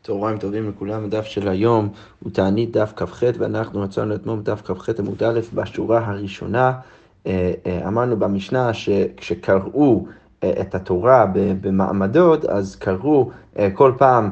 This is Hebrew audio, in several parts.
צהריים טובים לכולם, הדף של היום הוא תענית דף כ"ח, ואנחנו מצאנו אתמול דף כ"ח עמוד א' בשורה הראשונה. אמרנו במשנה שכשקראו את התורה במעמדות, אז קראו כל פעם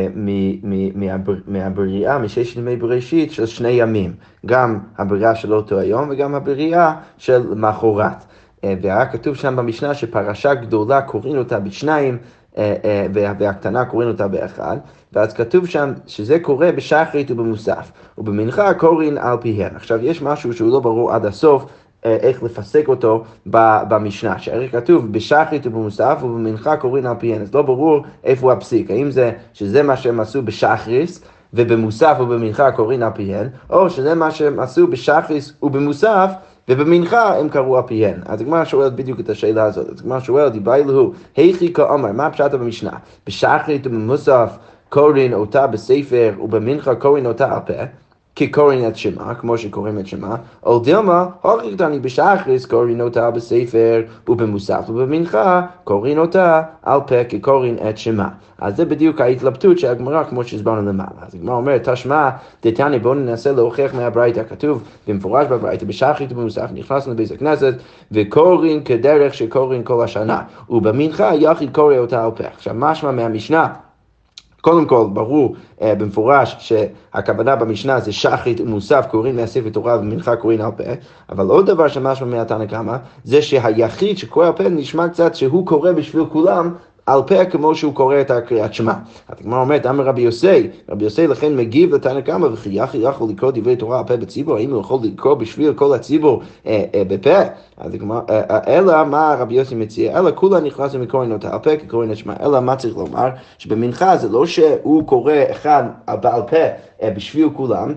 מהבריאה, מששת ימי בראשית של 2 ימים, גם הבריאה של אותו היום וגם הבריאה של מחרת. והיה כתוב שם במשנה שפרשה גדולה קוראים אותה בשניים, והקטנה קוראים אותה באחד, ואז כתוב שם שזה קורה בשחרית ובמוסף, ובמנחה קוראים על פיהן. עכשיו יש משהו שהוא לא ברור עד הסוף, איך לפסק אותו במשנה, שהרי כתוב בשחרית ובמוסף ובמנחה קוראים על פיהן, אז לא ברור איפה הפסיק, האם זה שזה מה שהם עשו בשחריס ובמוסף ובמנחה קוראים על פיהן, או שזה מה שהם עשו בשחריס ובמוסף ובמנחה הם קראו על פיהן. אז הגמרא שואלת בדיוק את השאלה הזאת. אז הגמרא שואלת, דיבאי להו, היכי כאומר, מה פשט במשנה? בשחרית ובמוסף קוראים אותה בספר ובמנחה קוראים אותה על פה, כקוראים את שמה, כמו שקוראים את שמה, או דילמה, הוכיח דני בשחריס קוראים אותה בספר ובמוסף ובמנחה קוראים אותה על פה, כקוראים את שמה. אז זה בדיוק ההתלבטות של הגמרא, כמו שהסברנו למעלה. אז הגמרא אומרת, תשמע, דתני, בואו ננסה להוכיח מהברייתא. כתוב במפורש בברייתא, בשחרית ובמוסף נכנסנו לבית הכנסת, וקוראים כדרך שקוראים כל השנה, ובמנחה יחיד קורא אותה על פה. עכשיו, משמע מהמשנה, קודם כל, ברור במפורש שהכוונה במשנה זה שחרית ומוסף קוראים מהספר תורה ומנחה קוראים על פה, אבל עוד דבר שמשמע מהתנא קמא זה שהיחיד שקורא על פה נשמע קצת שהוא קורא בשביל כולם על פה כמו שהוא קורא את הקריאת שמע. הגמרא אומרת, אמר רבי יוסי לכן מגיב לתנא קמא, וכי יחיד יכול לקרוא דברי תורה על פה בציבור, האם הוא יכול לקרוא בשביל כל הציבור בפה? אז אלא מה רבי יוסי מציע? אלא כולה נכנס ומקוראים אותה על פה כקוראים את שמע. אלא מה צריך לומר? שבמנחה זה לא שהוא קורא אחד בעל פה בשביל כולם,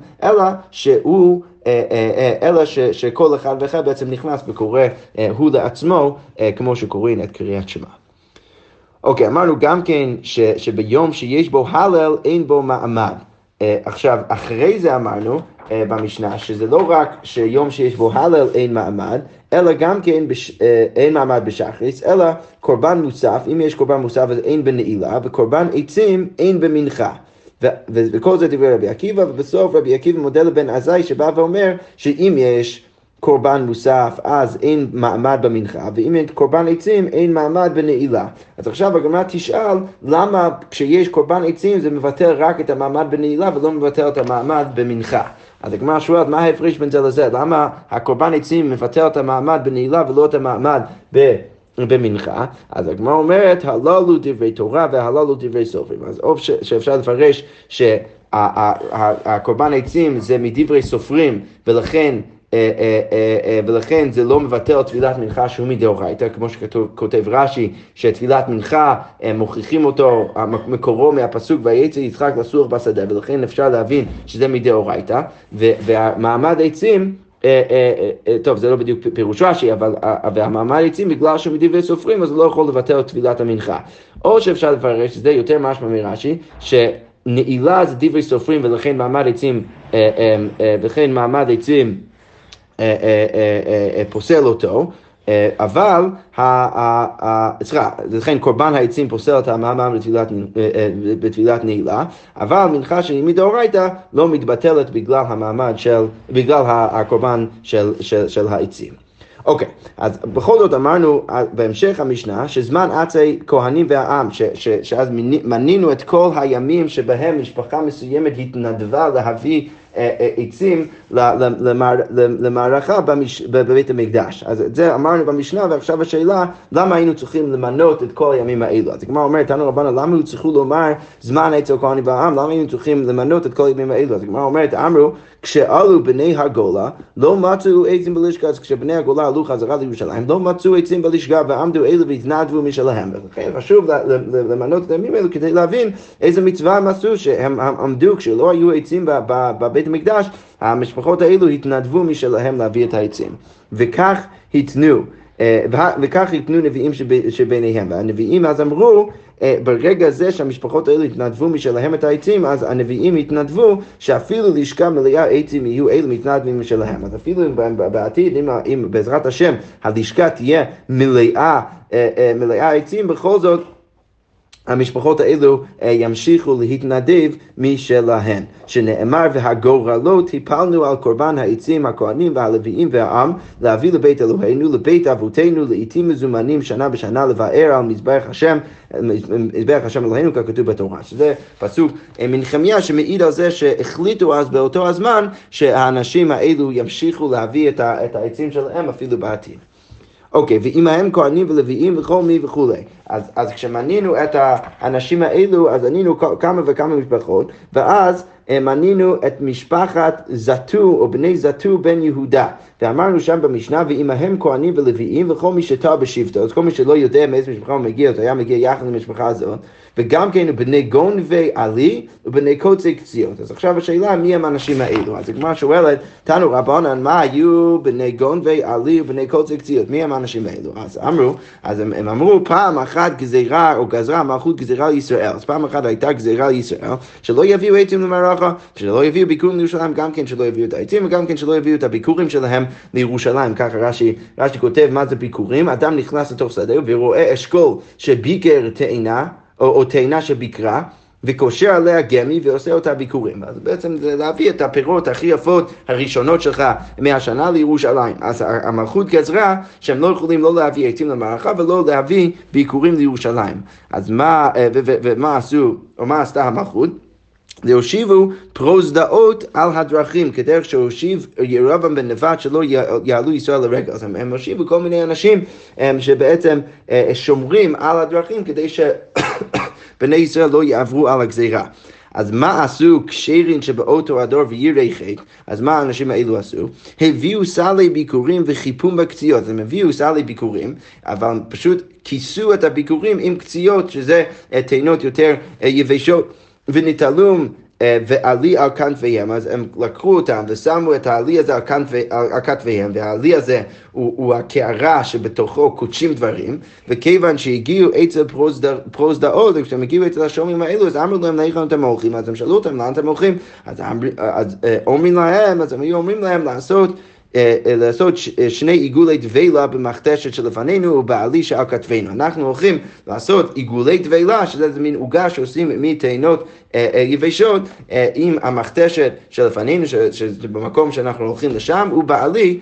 אלא שכל אחד ואחד בעצם נכנס וקורא הוא לעצמו כמו שקוראים את קריאת שמע. אוקיי, אמרנו גם כן שביום שיש בו הלל אין בו מעמד. עכשיו, אחרי זה אמרנו במשנה שזה לא רק שיום שיש בו הלל אין מעמד, אלא גם כן אין מעמד בשחריס, אלא קורבן מוסף, אם יש קורבן מוסף אז אין בנעילה, וקורבן עצים אין במנחה. וכל זה דברי רבי עקיבא, ובסוף רבי עקיבא מודה לבן עזאי שבא ואומר שאם יש קורבן מוסף, אז אין מעמד במנחה, ואם אין קורבן עצים, אין מעמד בנעילה. אז עכשיו הגמרא תשאל, למה כשיש קורבן עצים זה מבטל רק את המעמד בנעילה, ולא מבטל את המעמד במנחה? אז הגמרא שואלת, מה ההפרש בין זה לזה? למה הקורבן עצים מבטל את המעמד בנעילה, ולא את המעמד במנחה? אז הגמרא אומרת, הללו דברי תורה, והללו דברי סופרים. אז או שאפשר לפרש שהקורבן עצים זה מדברי סופרים, ולכן זה לא מבטל תפילת מנחה שהוא מדאורייתא, כמו שכותב רש"י, שתפילת מנחה מוכיחים אותו, מקורו מהפסוק ויצא יצחק לסוח בשדה, ולכן אפשר להבין שזה מדאורייתא, והמעמד עצים, טוב, זה לא בדיוק פירוש רש"י, אבל המעמד עצים בגלל שהוא מדברי סופרים, אז הוא לא יכול לבטל תפילת המנחה. או שאפשר לפרש, שזה יותר משמע מרש"י, שנעילה זה דברי סופרים, ולכן מעמד עצים פוסל אותו, אבל לכן קורבן העצים פוסל את המעמד בתפילת נעילה, אבל מנחה שהיא מדאורייתא לא מתבטלת בגלל הקורבן של העצים. אוקיי, אז בכל זאת אמרנו בהמשך המשנה שזמן עצי כהנים והעם, שאז מנינו את כל הימים שבהם משפחה מסוימת התנדבה להביא עצים למערכה בבית המקדש. אז את זה אמרנו במשנה, ועכשיו השאלה, למה היינו צריכים למנות את כל הימים האלו? אז הגמרא אומרת, תנו רבנן, למה היו צריכים לומר זמן עצי כהנים והעם? למה היינו צריכים למנות את כל הימים האלו? אז הגמרא אומרת, אמרו, כשעלו בני הגולה, לא מצאו עצים בלשכה, אז כשבני הגולה עלו חזרה לירושלים, לא מצאו עצים בלשכה, ועמדו אלו והתנדבו משלהם. ולכן חשוב למנות את הימים האלו כדי להבין איזה מצווה הם עשו, שהם עמדו כשלא היו עצים בבית המקדש, המשפחות האלו התנדבו משלהם להביא את העצים. וכך התנו נביאים שביניהם, והנביאים אז אמרו, ברגע זה שהמשפחות האלה התנדבו משלהם את העצים, אז הנביאים התנדבו שאפילו לשכה מלאה עצים יהיו אלה מתנדבים משלהם. אז אפילו בעתיד, אם בעזרת השם הלשכה תהיה מלאה עצים, בכל זאת המשפחות האלו ימשיכו להתנדב משלהן, שנאמר והגורלות הפלנו על קורבן העצים, הכהנים והלוויים והעם, להביא לבית אלוהינו, לבית אבותינו, לעתים מזומנים שנה בשנה לבאר על מזבח השם אלוהינו ככתוב בתורה. שזה פסוק מנחמיה שמעיד על זה שהחליטו אז באותו הזמן שהאנשים האלו ימשיכו להביא את העצים שלהם אפילו בעתיד. אוקיי, ועמהם כהנים ולוויים וכל מי וכולי. אז כשמנינו את האנשים האלו, אז ענינו כמה וכמה משפחות, ואז מנינו את משפחת זתו או בני זתו בן יהודה. ואמרנו שם במשנה, ועמהם כהנים ולוויים וכל מי שתר בשבטו. אז כל מי שלא יודע מאיזה משפחה הוא מגיע, אז היה מגיע יחד למשפחה הזאת. וגם כן בני גונבי עלי ובני קוצי קציעות. אז עכשיו השאלה מי הם האנשים האלו? אז הגמרא שואלת, תנו רבנן, מה היו בני גונבי עלי ובני קוצי קציעות? מי הם האנשים האלו? אז הם אמרו פעם אחת גזירה או גזרה מלכות גזירה לישראל. אז פעם אחת הייתה גזירה לישראל שלא יביאו עצים למערכה, שלא יביאו ביקורים לירושלים, גם כן שלא יביאו את העצים וגם כן שלא יביאו את הביקורים שלהם לירושלים. ככה רש"י כותב מה זה ביקורים. אדם נכנס לתוך שדה ורואה אשכול שביקר תאנה או תאנה שביקרה, וקושר עליה גמי ועושה אותה ביקורים. אז בעצם זה להביא את הפירות הכי יפות הראשונות שלך מהשנה לירושלים. אז המלכות גזרה שהם לא יכולים לא להביא עצים למערכה ולא להביא ביקורים לירושלים. אז ומה עשו, או מה עשתה המלכות? להושיבו פרוזדאות על הדרכים, כדרך שהושיב ירבעם בן נבט שלא יעלו ישראל לרגל. אז הם הושיבו כל מיני אנשים שבעצם שומרים על הדרכים כדי שבני ישראל לא יעברו על הגזירה. אז מה עשו כשרים שבאותו הדור ויראי חטא? אז מה האנשים האלו עשו? הביאו סלי ביקורים וחיפום בקציות. הם הביאו סלי ביקורים, אבל פשוט כיסו את הביקורים עם קציות, שזה תאנות יותר יבשות. ונטלום ועלי על כנפיהם, אז הם לקחו אותם ושמו את העלי הזה על כתפיהם, והעלי הזה הוא הקערה שבתוכו קודשים דברים, וכיוון שהגיעו אצל פרוזדאות, כשהם הגיעו אצל השומרים האלו, אז אמרו להם לאן אתם הולכים, אז הם שאלו אותם לאן אתם הולכים, אז הם היו אומרים להם לעשות שני עיגולי דבלה במחתשת שלפנינו ובעלי שעל כתפינו. אנחנו הולכים לעשות עיגולי דבלה, שזה מין עוגה שעושים מתאנות יבשות עם המחתשת שלפנינו, שזה במקום שאנחנו הולכים לשם, ובעלי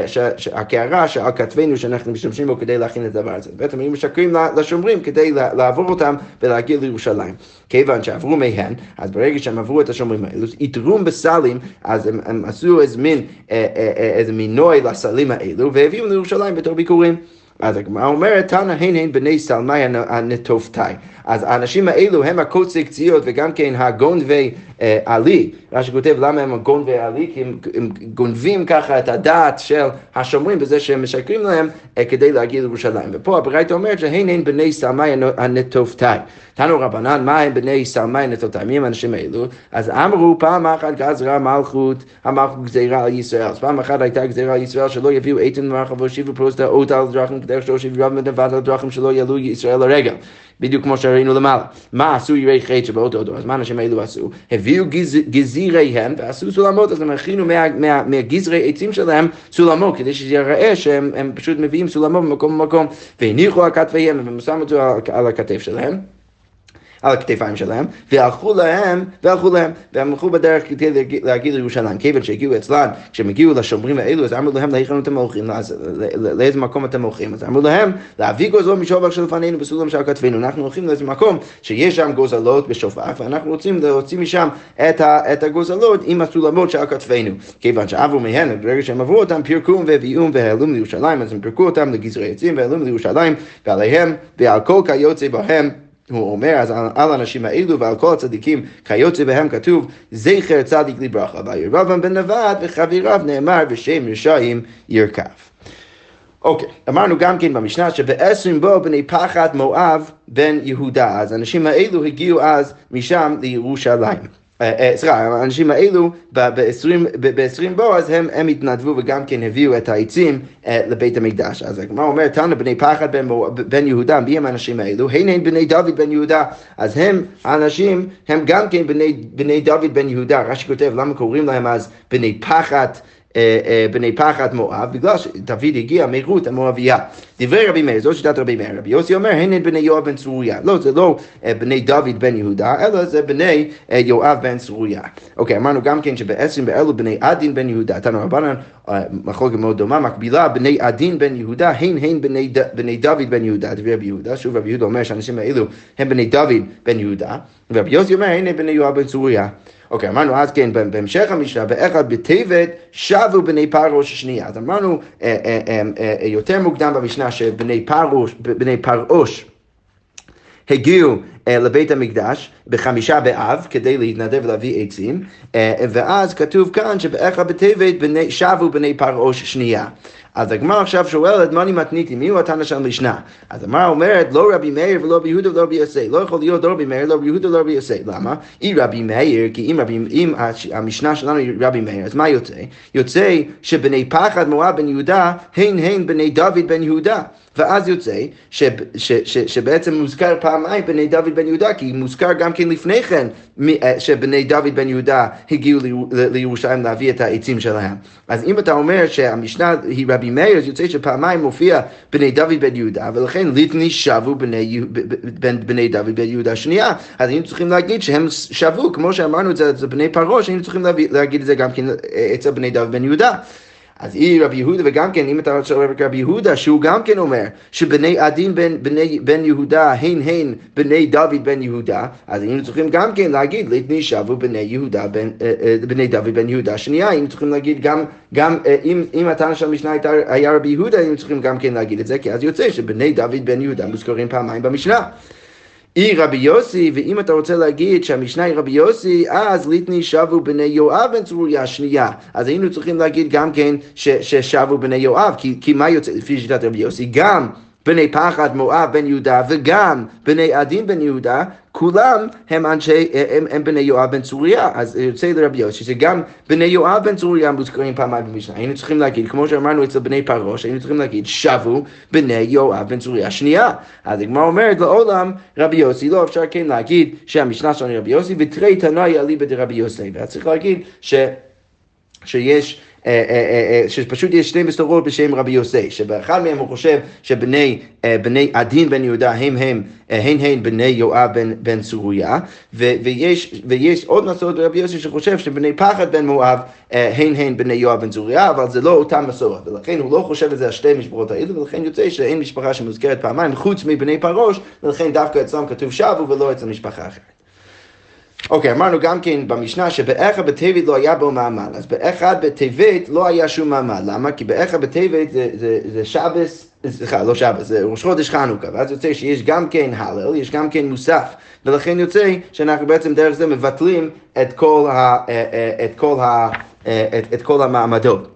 הקערה שעל כתפינו שאנחנו משתמשים בו כדי להכין את הדבר הזה. בעצם הם משקרים לשומרים כדי לעבור אותם ולהגיע לירושלים. כיוון שעברו מהן, אז ברגע שהם עברו את השומרים האלו, יתרום בסלים, אז הם עשו איזה מינוי לסלים האלו, והביאו לירושלים בתור ביקורים. אז הגמרא אומרת, תנא הן בני סלמי הנטופתאי. אז האנשים האלו הם הקוצי קציעות וגם כן הגונבי עלי. רש"י כותב למה הם הגונבי עלי? כי הם גונבים ככה את הדעת של השומרים בזה שהם משקרים להם כדי להגיע לירושלים. ופה הברייתא אומרת שהן בני סלמי הנטופתאי. תנו רבנן, מה הם בני סלמי הנטופתאי? מי הם האנשים האלו? אז אמרו פעם אחת גזרה המלכות גזירה על ישראל. אז פעם אחת הייתה גזירה על ישראל שלא יביאו עצים למערכה והושיבו פרוזדאות על דרכים כדרך שהושיב רב בן נבט על דרכים שלא יעלו ישראל לרגל. בדיוק כמו שראינו למעלה. מה עשו יראי חטא שבאותו דור? אז מה אנשים האלו עשו? הביאו גזיריהם ועשו סולמות, אז הם הכינו מהגזרי עצים שלהם סולמות, כדי שזה יראה שהם פשוט מביאים סולמות ממקום למקום, והניחו על כתפיהם והם שמו אותו על הכתף שלהם. על הכתפיים שלהם, והלכו להם, והם הלכו בדרך כדי להגיע לירושלים. כיוון שהגיעו אצלן, כשהם הגיעו לשומרים האלו, אז אמרו להם, להיכן אתם הולכים, לאיזה מקום אתם הולכים? אז אמרו להם, להביא גוזלות משופר שלפנינו בסולם שעל כתפינו. אנחנו הולכים לאיזה מקום שיש שם גוזלות בשופר, ואנחנו רוצים להוציא משם את הגוזלות עם הסולמות שעל כתפינו. כיוון שעברו מהן, ברגע שהם עברו אותם, פירקום והביאום והעלום לירושלים, אז הם פירקו אותם לגזרי עצים והעלום לירושלים, ועליהם ועל כל כיוצא בהם, הוא אומר, אז על האנשים האלו ועל כל הצדיקים כיוצא בהם כתוב, זכר צדיק לברכה, וירבעם בן נבט וחבריו נאמר, ושם רשעים ירכב. אוקיי, אמרנו גם כן במשנה שבעשרים בו בני פחת מואב בן יהודה, אז האנשים האלו הגיעו אז משם לירושלים. האנשים האלו ב-20 בו, אז הם התנדבו וגם כן הביאו את העצים לבית המקדש. אז מה אומר, תנא בני פחת בן יהודה, מי הם האנשים האלו? הן בני דוד בן יהודה, אז האנשים הם גם כן בני דוד בן יהודה. רש"י כותב, למה קוראים להם אז בני פחת מואב? בגלל שדוד הגיע מרות המואביה. דברי רבי מאיר, זו שיטת רבי מאיר. רבי יוסי אומר, הן בני יואב בן צרויה. לא, זה לא בני דוד בן יהודה, אלא זה בני יואב בן צרויה. אוקיי, אמרנו גם כן שבעצם באלו בני עדין בן יהודה, תנו רבנן, מחלוקת מאוד דומה, מקבילה, בני עדין בן יהודה, הן בני דוד בן יהודה, דברי רבי יהודה. שוב רבי יהודה אומר שהאנשים האלו הם בני דוד בן יהודה, ורבי יוסי אומר, הן בני יואב בן צרויה. אוקיי, אמרנו אז כן, בהמשך המשנה, באחד בטבת שבו בני פרוש שנייה. אז אמרנו יותר מוקדם במשנה שבני פרוש הגיעו לבית המקדש בחמישה באב כדי להתנדב ולהביא עצים, ואז כתוב כאן שבאחד בטבת שבו בני פרוש שנייה. אז הגמרא עכשיו שואלת, מה אני מתניתי? מי הוא התנא של המשנה? אז הגמרא אומרת, לא רבי מאיר ולא רבי יהודה ולא רבי יוסי. לא יכול להיות לא רבי מאיר, לא רבי יהודה ולא רבי יוסי. למה? רבי מאיר, כי אם המשנה שלנו היא רבי מאיר, אז מה יוצא? יוצא שבני פחד מואב בן יהודה, הן בני דוד בן יהודה. ואז יוצא שבעצם מוזכר פעמיים בני דוד בן יהודה, כי מוזכר גם כן לפני כן שבני דוד בן יהודה הגיעו לירושלים להביא את העצים שלהם. אז אם אתה אומר שהמשנה היא רבי מאיר, אז יוצא שפעמיים מופיע בני דוד בן יהודה, ולכן ליטני שבו בני דוד בן יהודה שנייה. אז היינו צריכים להגיד שהם שבו, כמו שאמרנו את זה בני פרוש, היינו צריכים להגיד את זה גם כן אצל בני דוד בן יהודה. אז רבי יהודה, וגם כן, אם אתה שואל רבי יהודה, שהוא גם כן אומר שבני עדין בן יהודה, הן בני דוד בן יהודה, אז היינו צריכים גם כן להגיד, ליטני שבו בני דוד בן יהודה שנייה, היינו צריכים להגיד גם אם התנא של המשנה היה רבי יהודה, היינו צריכים גם כן להגיד את זה, כי אז יוצא שבני דוד בן יהודה מוזכרים פעמיים במשנה. רבי יוסי, ואם אתה רוצה להגיד שהמשנה היא רבי יוסי, אז ליטני שבו בני יואב בן צרויה שנייה. אז היינו צריכים להגיד גם כן ששבו בני יואב, כי מה יוצא לפי שיטת רבי יוסי? גם בני פחד מואב בן יהודה וגם בני עדין בן יהודה, כולם הם בני יואב בן צרויה. אז יוצא לרבי יוסי שגם בני יואב בן צרויה מוזכרים פעמיים במשנה. היינו צריכים להגיד, כמו שאמרנו אצל בני פרוש, היינו צריכים להגיד שבו בני יואב בן צרויה שנייה. אז הגמרא אומרת לעולם רבי יוסי, לא אפשר כן להגיד שהמשנה שלנו רבי יוסי, ותרי תנאי אליבא דרבי יוסי. ואז צריך להגיד שפשוט יש שני מסורות בשם רבי יוסי, שבאחד מהם הוא חושב שבני עדין בן יהודה הן בני יואב בן צרויה, ויש עוד מסורת ברבי יוסי שחושב שבני פחד בן מואב הן בני יואב בן צרויה, אבל זה לא אותה מסורת, ולכן הוא לא חושב את זה על שתי משפחות האלה, ולכן יוצא שאין משפחה שמוזכרת פעמיים חוץ מבני פרוש, ולכן דווקא אצלם כתוב שבו ולא אצל משפחה אחרת. אוקיי, אמרנו גם כן במשנה שבאחד בטבת לא היה בו מעמד, אז באחד בטבת לא היה שום מעמד. למה? כי באחד בטבת זה שבס, סליחה, לא שבס, זה ראש חודש חנוכה, ואז יוצא שיש גם כן הלל, יש גם כן מוסף, ולכן יוצא שאנחנו בעצם דרך זה מבטלים את כל המעמדות.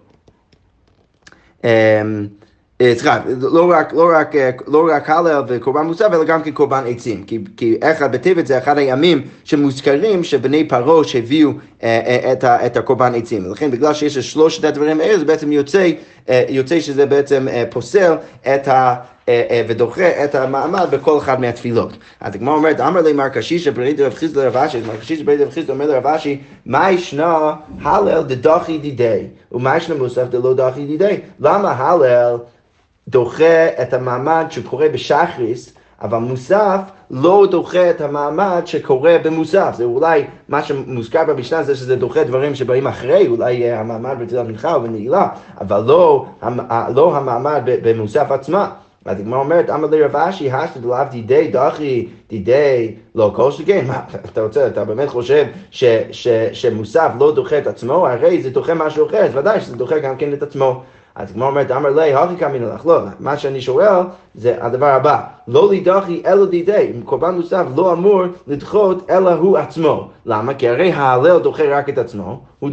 סליחה, לא רק הלל וקורבן מוסף, אלא גם כקורבן עצים. כי אחד בטבת זה אחד הימים שמוזכרים שבני פרוש הביאו את הקורבן עצים. ולכן בגלל שיש שלושת הדברים האלה, זה בעצם יוצא שזה בעצם פוסל ודוחה את המעמד בכל אחד מהתפילות. אז הגמרא אומרת, אמר לי מר קשישא ברי רב חיסדא לרב אשי, מר קשישא ברי רב חיסדא אומר לרב אשי, מה ישנה הלל דדחי דידי, ומה ישנה מוסף דלא דחי דידי? למה הלל דוחה את המעמד שקורה בשחריס, אבל מוסף לא דוחה את המעמד שקורה במוסף? זה אולי מה שמוזכר במשנה זה שזה דוחה דברים שבאים אחרי, אולי המעמד בתפילת מנחה או בנעילה, אבל לא המעמד במוסף עצמה. אז הגמרא אומרת, אמר לי רב אשי, השתא דלאו דידי דחי דידי לא כל שכן. מה אתה באמת חושב שמוסף לא דוחה את עצמו? הרי זה דוחה משהו אחר, אז ודאי שזה דוחה גם כן את עצמו. אז כמו אומרת, אמר לי, הכי קמין לך, לא, מה שאני שואל זה הדבר הבא, לא לידחי אלא דידי, קורבן מוסף לא אמור לדחות אלא הוא עצמו. למה? כי הרי ההלל דוחה רק את עצמו, הוא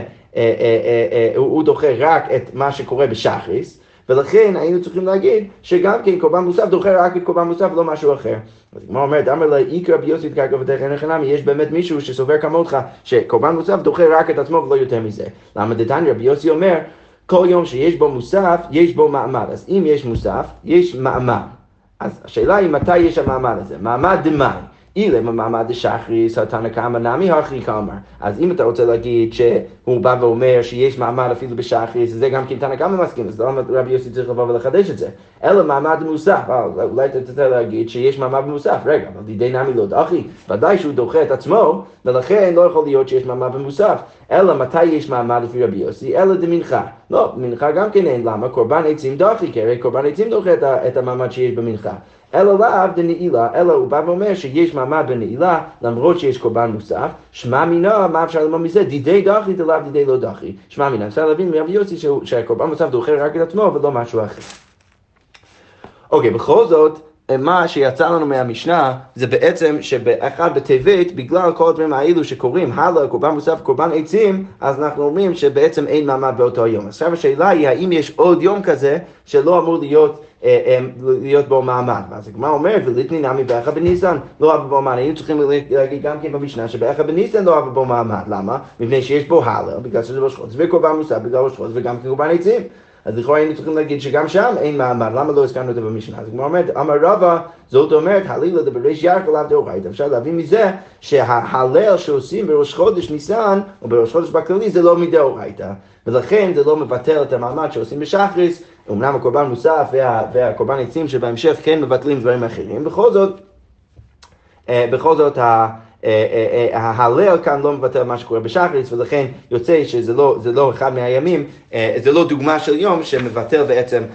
דוחה רק את מה שקורה בשחריס, ולכן היינו צריכים להגיד שגם כן קורבן מוסף דוחה רק את קורבן מוסף, לא משהו אחר. אז כמו אומרת, אמר לי, איקרא רבי יוסי דקרקע ותכן חינמי, יש באמת מישהו שסובר כמותך שקורבן מוסף דוחה רק את עצמו ולא יותר מזה. למה דתניא רבי יוסי אומר, כל יום שיש בו מוסף, יש בו מעמד. אז אם יש מוסף, יש מעמד. אז השאלה היא מתי יש המעמד הזה. מעמד דמאי. אילם המעמד השחריס, התנא קמא נמי הכי כאמר. אז אם אתה רוצה להגיד שהוא בא ואומר שיש מעמד אפילו בשחריס, זה גם כן תנא קמא מסכים, אז למה רבי יוסי צריך לבוא ולחדש את זה? אלא מעמד מוסף, אולי אתה תרצה להגיד שיש מעמד מוסף, רגע, אבל לידי נמי לא דחי, ודאי שהוא דוחה את עצמו, ולכן לא יכול להיות שיש מעמד מוסף. אלא מתי יש מעמד לפי רבי יוסי? אלא דמנחה. לא, מנחה גם כן אין, למה? קורבן עצים דחי, כי הרי קורבן עצים דוחה את המעמד שיש במנחה. אלא לאו דנעילה, אלא הוא בא ואומר שיש מעמד בנעילה, למרות שיש קורבן מוסף, שמע מינה, מה אפשר ללמוד מזה? דידי דחי דלאו דידי לא דחי. שמע מינה, אפשר להבין מרבי יוסי שהקורבן מוסף דוחה רק את עצמו ולא משהו אחר. אוקיי, בכל זאת, מה שיצא לנו מהמשנה זה בעצם שבאחד בטבת, בגלל כל הדברים האלו שקוראים הלאה, קורבן מוסף, קורבן עצים, אז אנחנו אומרים שבעצם אין מעמד באותו יום. עכשיו השאלה היא, האם יש עוד יום כזה שלא אמור להיות בו מעמד? אז הגמרא אומרת, וליתני נמי באחד בניסן, לא אבא בו מעמד. היינו צריכים להגיד גם כן במשנה שבאחד בניסן לא אבא בו מעמד. למה? מפני שיש בו הלאה, בגלל שזה ראש חודש, וקורבן מוסף בגלל ראש חודש, וגם קורבן עצים. אז לכאורה היינו צריכים להגיד שגם שם אין מעמד, למה לא הזכרנו את זה במשנה? אז כמו אומרת, אמר רבא, זאת אומרת, הלילה דבריש ירק עליו דאורייתא. אפשר להבין מזה שההלל שעושים בראש חודש ניסן, או בראש חודש בכללי, זה לא מדאורייתא. ולכן זה לא מבטל את המעמד שעושים בשחריס, אמנם הקורבן מוסף והקורבן עצים שבהמשך כן מבטלים דברים אחרים. בכל זאת ההלל כאן לא מבטל מה שקורה בשחריס, ולכן יוצא שזה לא אחד מהימים, זה לא דוגמה של יום שמבטל בעצם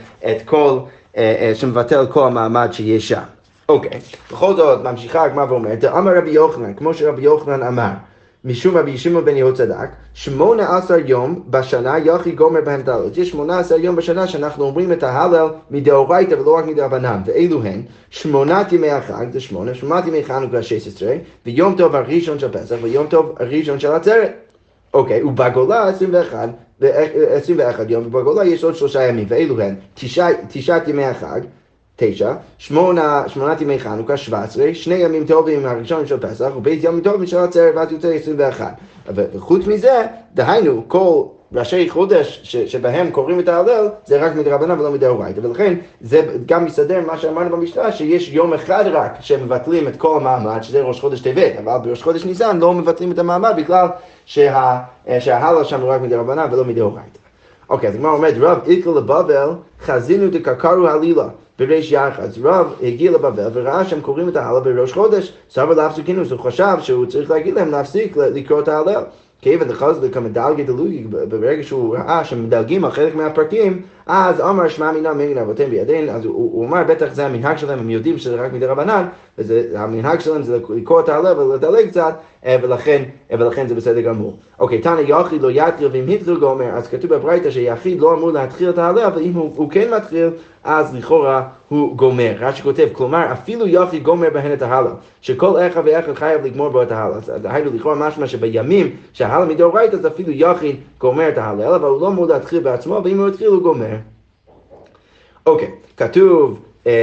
שמבטל כל המעמד שיש שם. אוקיי, בכל זאת ממשיכה הגמרא ואומרת, אמר רבי יוחנן, כמו שרבי יוחנן אמר, משום רבי שמעון בן יהוצדק, 18 יום בשנה יחי גומר בהם תעלות. יש 18 יום בשנה שאנחנו אומרים את ההלל מדאורייתא ולא רק מדרבנן, ואלו הן 8 ימי החג, זה 8 ימי חנוכה 16, ויום טוב הראשון של פסח, ויום טוב הראשון של עצרת. אוקיי, ובגולה 21 יום, ובגולה יש עוד 3 ימים, ואלו הן 9 ימי החג, 9, 8 ימי חנוכה, 17, 2 ימים טובים הראשון של פסח, ובית ימים טובים של עצרת, ואז יוצא 21. וחוץ מזה, דהיינו, כל ראשי חודש שבהם קוראים את ההלל, זה רק מדרבנן ולא מדאורייתא. ולכן זה גם מסתדר מה שאמרנו במשנה, שיש יום אחד רק שמבטלים את כל המעמד, שזה ראש חודש טבת, אבל בראש חודש ניסן לא מבטלים את המעמד, בגלל שההלל שם הוא רק מדרבנן ולא מדאורייתא. אוקיי, אז הגמרא אומרת, רב איקל לבבל, חזינו דקרקרו הלילה. בריש ירח, אז רב הגיע לבבל וראה שהם קוראים את ההלל בראש חודש, סבר להפסיקנו, אז הוא חשב שהוא צריך להגיד להם להפסיק לקרוא את ההלל. כיוון דחז לכמדלגי דלוגי, ברגע שהוא ראה שמדלגים על חלק מהפרקים, אז אמר שמע מינה ממן אבותיהם בידינו, אז הוא אמר בטח זה המנהג שלהם, הם יודעים שזה רק מדרבנן, והמנהג שלהם זה לקרוא את ההלל ולדלג קצת, ולכן זה בסדר גמור. אוקיי, תנא יחיד לא יתחיל ואם התחיל גומר, אז כתוב בברייתא שיחיד לא אמור להתחיל את ההלל, אבל אם הוא כן מתחיל, אז לכאורה הוא גומר. רש"י כותב, כלומר אפילו יחיד גומר בהן את ההלל, שכל אחד ואחד חייב לגמור בו את ההלל. אז היינו לכאורה משמע שבימים שההלל מדאורייתא, אז אפילו יחיד גומר את ההלל, אבל הוא לא אמור להתחיל בעצמו, ואם הוא יתחיל הוא גומר. אוקיי, כתוב,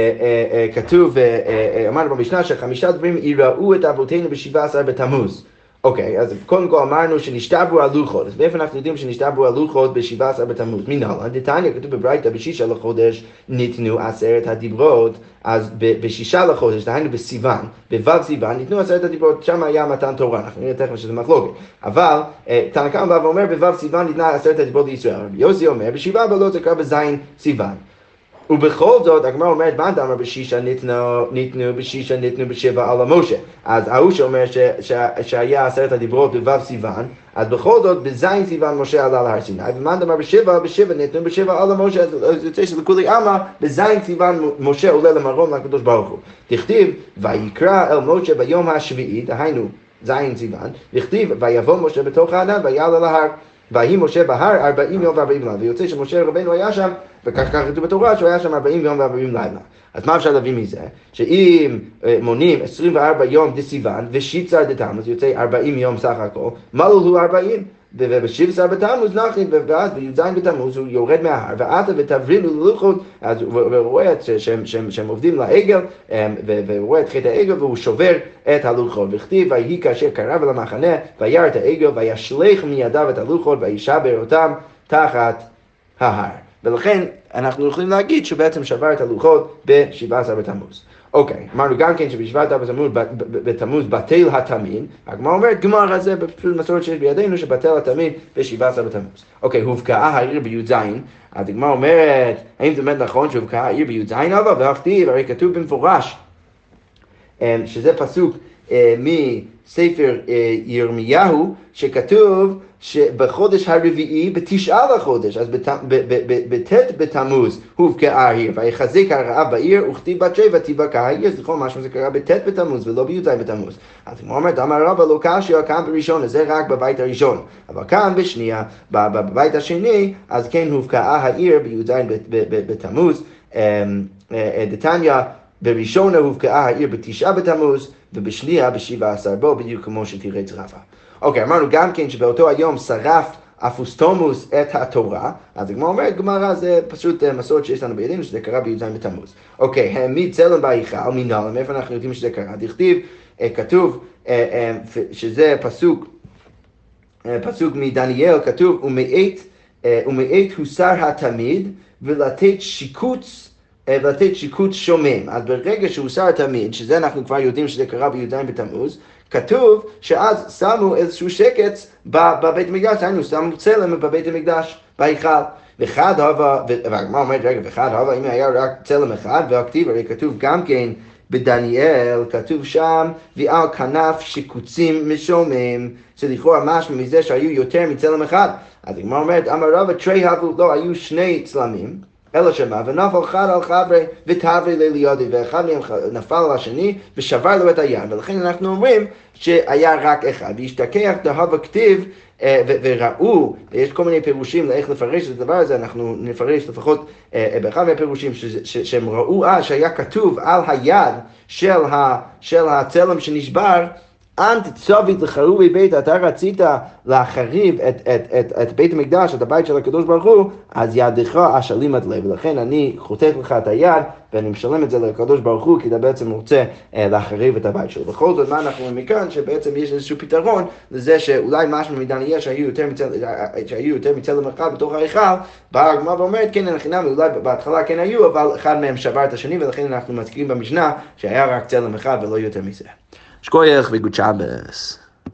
אמרנו במשנה ש5 דברים יראו את אבותינו ב17 בתמוז. אוקיי, אז קודם כל אמרנו שנשתברו הלוחות, אז באיפה אנחנו יודעים שנשתברו הלוחות ב17 בתמוז? מנהלן, דתניא כתוב בברייתא ב6 לחודש ניתנו 10 הדיברות, אז ב6 לחודש, דהיינו בסיוון, בו' סיוון, ניתנו 10 הדיברות, שם היה מתן תורה, אנחנו נראה תכף שזה מחלוקת, אבל תנא קמא בא ואומר בו' סיוון ניתנה 10 הדיברות לישראל, רבי יוסי אומר ב7 בלא זה קרה בז' סיוון. ובכל זאת, הגמרא אומרת, מה דאמר בשישה ניתנו בשבע על משה. אז ההוא שאומר שהיה 10 הדיברות בו' סיוון, אז בכל זאת, בזין סיוון משה עלה להר סיני, ומה דאמר בשבע ניתנו בשבע על משה, אז יוצא שלכולי עלמא, בזין סיוון משה עולה למרום לקדוש ברוך הוא. תכתיב, ויקרא אל משה ביום השביעי, דהיינו, זין סיוון, וכתיב, ויבוא משה בתוך הענן, ויעלה להר. ויהי משה בהר 40 יום ו40 לילה, ויוצא שמשה רבנו היה שם, וכך כתוב בתורה שהוא היה שם 40 יום ו40 לילה. אז מה אפשר להביא מזה? שאם מונים 24 יום דסיוון ושיצר דתמוז, יוצא 40 יום סך הכל, מלול הוא 40, וב-17 בתמוז נחים, ואז בי"ז בתמוז הוא יורד מההר, ועתה ותברינו ללוחות, אז הוא רואה שהם עובדים לעגל, והוא רואה את חטא העגל, והוא שובר את הלוחות, וכתיב, ויהי כאשר קרב אל המחנה, וירא את העגל, וישלך מידיו את הלוחות, וישבר אותם תחת ההר. ולכן אנחנו יכולים להגיד שבעצם שבר את הלוחות ב-17 בתמוז. אוקיי, אמרנו גם כן שבשבט בתמוז בטל התמיד, הגמרא אומרת, גמרא זה בפשוט מסורת שיש בידינו שבטל התמיד ב-17 בתמוז. אוקיי, הובקעה העיר בי"ז, אז הגמרא אומרת, האם זה באמת נכון שהובקעה העיר בי"ז אבל, והכתיב, הרי כתוב במפורש, שזה פסוק מספר ירמיהו, שכתוב שבחודש הרביעי בתשעה לחודש, אז בט' בתמוז הובקעה העיר, ויחזק הרעב בעיר, וכתיב בת שבע תיבקע העיר, זה כל משהו זה קרה בט' בתמוז ולא בי"ז בתמוז. אז הוא אומר, אמר רבא לא קשיא, כאן בראשון, זה רק בבית הראשון, אבל כאן בשנייה, בבית השני, אז כן הובקעה העיר בי"ז בתמוז, דתניא, בראשון הובקעה העיר בתשעה בתמוז, ובשנייה ב-17 בו, בדיוק כמו שתירץ רבא. אוקיי, אמרנו גם כן שבאותו היום שרף אפוסטומוס את התורה, אז הגמרא אומרת, גמרא זה פשוט מסורת שיש לנו בידינו, שזה קרה בי"ז בתמוז. אוקיי, העמיד צלם בהיכל, מנהלן, מאיפה אנחנו יודעים שזה קרה? דכתיב, כתוב, שזה פסוק מדניאל, כתוב, ומעט הוסר התמיד, ולתת שיקוץ שומם. אז ברגע שהוסר התמיד, שזה אנחנו כבר יודעים שזה קרה בי"ז בתמוז, כתוב שאז שמו איזשהו שקץ בבית המקדש, היינו שמו צלם בבית המקדש, בהיכל. וחד הווה, והגמרא אומרת, רגע, וחד הווה, אם היה רק צלם אחד, והכתיב, הרי כתוב גם כן בדניאל, כתוב שם, ועל כנף שיקוצים משומם, שלכאורה משמע מזה שהיו יותר מצלם אחד. אז הגמרא אומרת, אמר רבא תרי הבו, לא, היו שני צלמים, אלא שמה, ונפל אחד על חברי ותעברי לידי, ואחד מהם נפל על השני ושבר לו את היד, ולכן אנחנו אומרים שהיה רק אחד, והשתכח דהבה כתיב, וראו, יש כל מיני פירושים לאיך לפרש את הדבר הזה, אנחנו נפרש לפחות באחד מהפירושים שהם ראו שהיה כתוב על היד של הצלם שנשבר, אנט צובית לחרובי בית, אתה רצית להחריב את בית המקדש, את הבית של הקדוש ברוך הוא, אז ידך אשלים עד לב, ולכן אני חותך לך את היד, ואני משלם את זה לקדוש ברוך הוא, כי אתה בעצם רוצה להחריב את הבית שלו. בכל זאת, מה אנחנו אומרים מכאן? שבעצם יש איזשהו פתרון לזה שאולי משהו מדניאל שהיו יותר מצלם אחד בתוך ההיכל, באה הגמרא ואומרת, כן, אנחנו אולי בהתחלה כן היו, אבל אחד מהם שבר את השני, ולכן אנחנו מזכירים במשנה שהיה רק צלם אחד ולא יותר מזה. שכוייך וגוד שבס.